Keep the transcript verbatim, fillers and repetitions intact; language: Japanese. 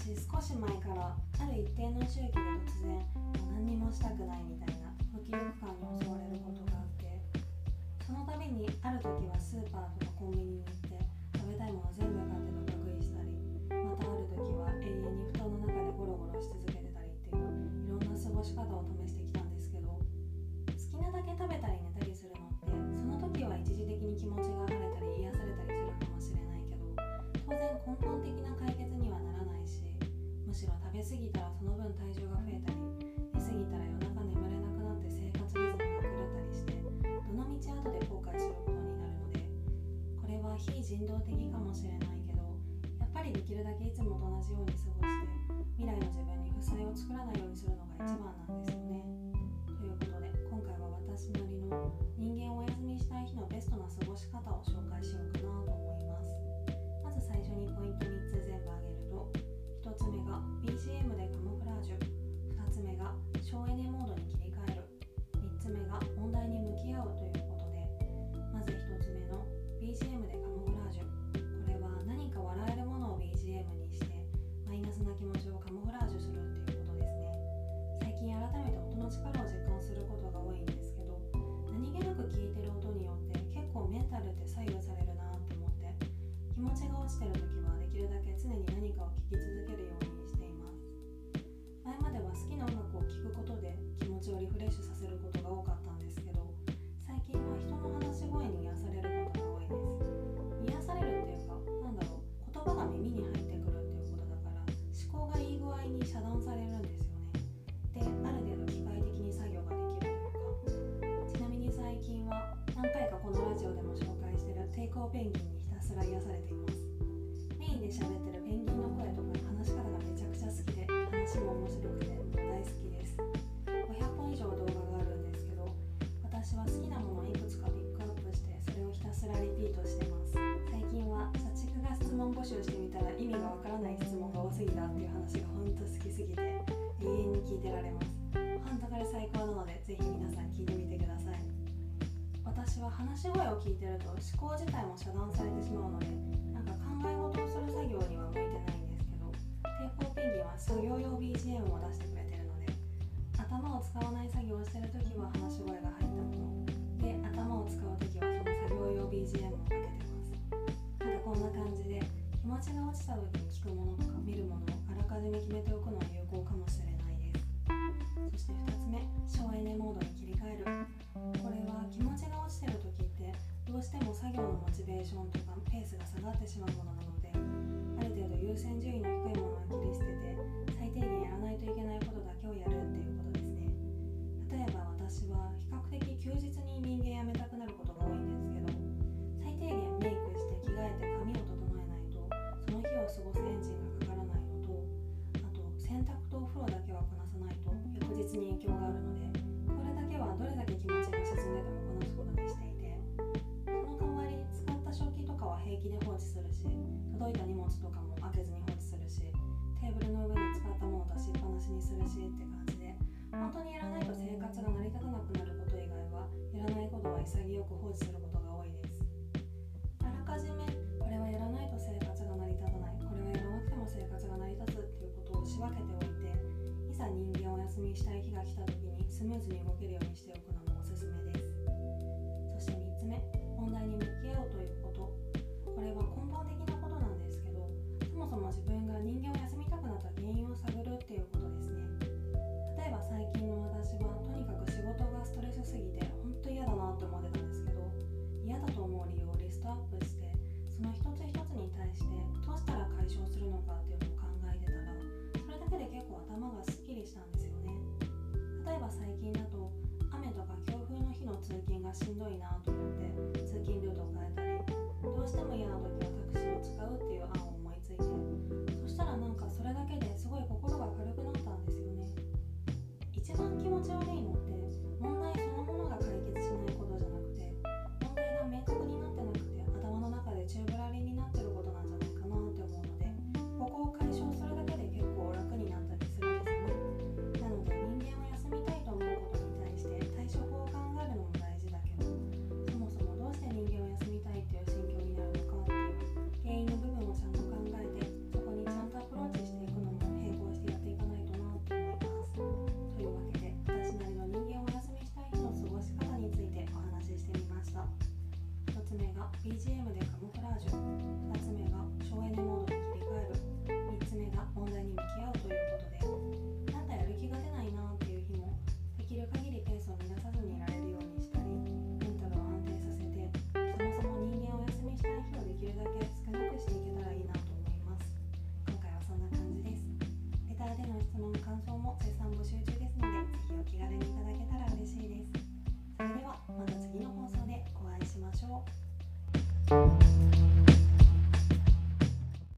私少し前からある一定の周期で突然何にもしたくないみたいな無気力感に襲われることがあって、その度にある時はスーパーとかコンビニに行って食べたいもの全部買ってどか食いしたり、またある時は永遠に布団の中でゴロゴロし続けてたりっていういろんな過ごし方を試してきたんですけど、好きなだけ食べたり寝たりするのってその時は一時的に気持ちが晴れたり癒されたりするかもしれないけど、当然根本的な解決にはならないし、むしろ食べ過ぎたらその分体重が増えたり、寝過ぎたら夜中眠れなくなって生活リズムが狂ったりして、どの道後で後悔することになるので、これは非人道的かもしれないけど、やっぱりできるだけいつもと同じように過ごして未来の自分に負債を作らないようにするのが一番なんですよね。ということで今回は私なりの人間をお休みしたい日のベストな過ごし方を紹介しようかなと思います。まず最初にポイントみっつ全部挙げると、ひとつめが ビージーエム でカモフラージュ、ふたつめが省エネモードに切り替える、みっつめが問題に向き合うということで、まずひとつめの ビージーエム でカモフラージュ、これは何か笑えるものを ビージーエム にしてマイナスな気持ちをカモフラージュするっていうことですね。最近改めて音の力を実感することが多いんですけど、何気なく聴いてる音によって結構メンタルって左右されるなって思って、気持ちが落ちてる時はできるだけ常に何かを聴き続けるようにしています。前までは好きな音楽を聴くことで気持ちをリフレッシュさせることが多かったんですけど、最近は人の話し声に癒されることが多いです。癒されるっていうか、なんだろう、言葉が耳に入ってくるっていうことだから、思考がいい具合に遮断されるんですよね。で、ある程度機械的に作業ができるというか、ちなみに最近は何回かこのラジオでも紹介してるテイクオーペンギンにひたすら癒されています。メインで喋ってるペンギンの声とか話し方がめちゃくちゃ好きで、話も面白くて大好きです。ごひゃっぽん以上動画があるんですけど、私は好きなものをいくつかピックアップしてそれをひたすらリピートしてます。最近は社畜が質問募集してみたら意味がわからない質問が多すぎたっていう話がほんと好きすぎて永遠に聞いてられます。ほんとこれ最高なのでぜひ皆さん聞いてみてください。私は話し声を聞いてると思考自体も遮断されてしまうので、なんか考え事をする作業には向いてないんですけど、テイクオーペンギンは作業用 ビージーエム を出してくれてるので、頭を使わない作業をしてるときは話し声が入ったもので、頭を使うときはその作業用 ビージーエム をかけてます。なんかこんな感じで気持ちが落ちたときに聞くものとか見るものをあらかじめ決めておくのは有効かもしれないです。そしてふたつめ、省エネモードに切り替える。これは気持ちが落ちてるときってどうしても作業のモチベーションとかペースが下がってしまうものなので、ある程度優先順位の低いものは切り捨てて最低限やらないといけないことだけをやるっていうことですね。例えば私は比較的休日に人間辞めたくなることが多いんですけど、最低限メイクして着替えて髪を整えないとその日を過ごすエンジンがかからないのと、あと洗濯とお風呂だけはこなさないと翌日に影響があるので、これだけはどれだけ気持ちが沈んででもこなすことにしていて、その代わり使った食器とかは平気で放置するし、届いた荷物とかも開けずに放置するし、テーブルの上に使ったものを出しっぱなしにするしって感じで、本当にやらないと生活が成り立たなくなること以外はやらないことは潔く放置することが多いです。あらかじめこれはやらないと生活が成り立たない、これはやらなくても生活が成り立つっていうことを仕分けておいて、いざ人間をお休みしたい日が来た時にスムーズに動けるようにしておくのもおすすめです。そしてみっつめ、問題に向き合うということ。これは根本的なことなんですけど、そもそも自分が人間を休みたくなった原因を探るっていうことですね。例えば最近の私はとにかく仕事がストレスすぎて本当嫌だなって思ってたんですけど、嫌だと思う理由をリストアップして、その一つ一つに対してどうしたら解消するのかっていうのを考えてたら、それだけで結構頭がすっきりしたんですよね。例えば最近だと雨とか強風の日の通勤がしんどいなと思って通勤ルートを変えたり、どうしても嫌な時はタクシーを使うっていう案を思いついて、そしたらなん問感想も絶賛募集中ですので、ぜひお気軽にいただけたら嬉しいです。それではまた次の放送でお会いしましょう。